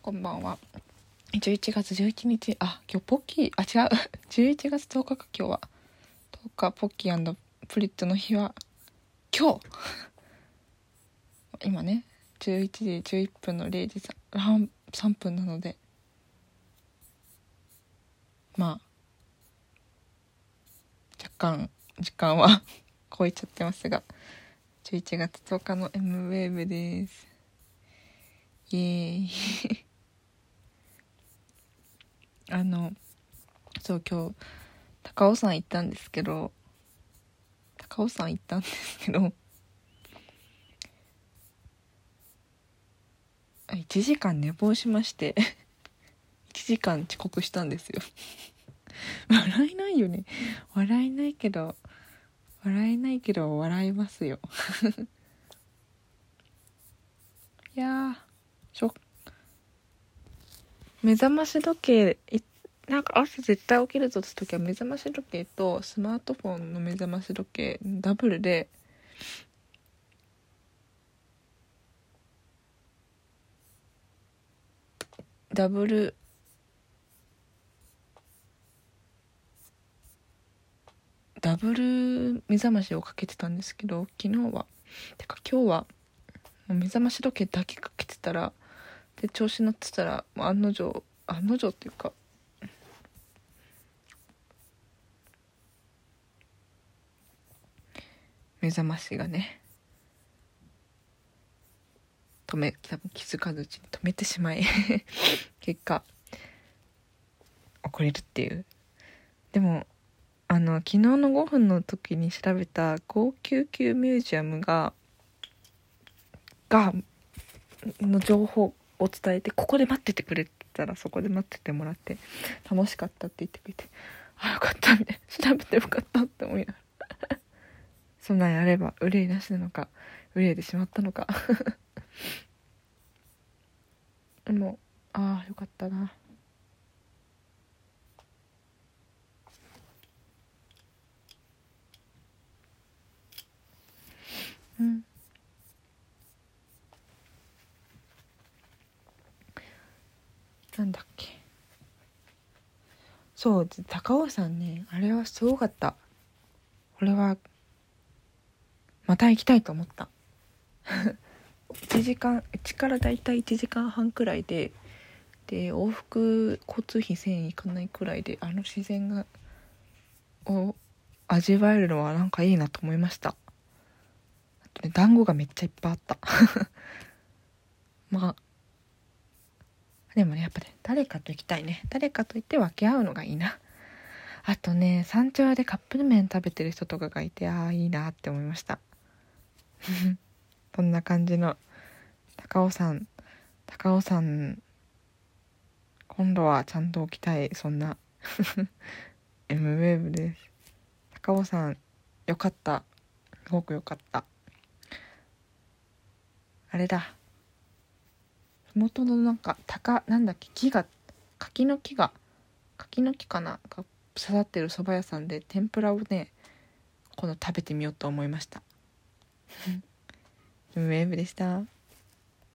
こんばんは。11月11日、今日ポッキー、違う。11月10日か、今日は。10日、ポッキー&プリッツの日は、今日今ね、11時11分の0時 3分なので、若干、時間は超えちゃってますが、11月10日の M ウェーブです。イエーイ。そう、今日、高尾山行ったんですけど、1時間寝坊しまして1時間遅刻したんですよ。笑えないよね。笑えないけど笑いますよ。いや目覚まし時計なんか朝絶対起きるぞって時は目覚まし時計とスマートフォンの目覚まし時計ダブルでダブル目覚ましをかけてたんですけど、今日はもう目覚まし時計だけかけてたらで調子乗ってたら案の定っていうか目覚ましがね多分気づかずうちに止めてしまい結果遅れるっていう。でも昨日の5分の時に調べた599ミュージアムの情報を伝えて、ここで待っててくれてたらそこで待っててもらって楽しかったって言ってくれて、よかったみたいな、調べてよかったって思いながらそんなんやれば憂いなしなのか憂いでしまったのかでもよかったな。なんだっけ、そう高尾山ね、あれはすごかった。これはまた行きたいと思ったうちからだいたい1時間半くらいで往復交通費1000円いかないくらいで自然を味わえるのはなんかいいなと思いました。あとね、団子がめっちゃいっぱいあったでもね、やっぱね、誰かと行きたいね。誰かと行って分け合うのがいいな。あとね、山頂でカップ麺食べてる人とかがいて、いいなって思いましたそんな感じの高尾山今度はちゃんと起きたい、そんなMウェーブです。高尾山よかった、すごくよかった。あれだ、麓のなんだっけ、柿の木かなが刺さってる蕎麦屋さんで天ぷらをね今度食べてみようと思いましたウェーブでした。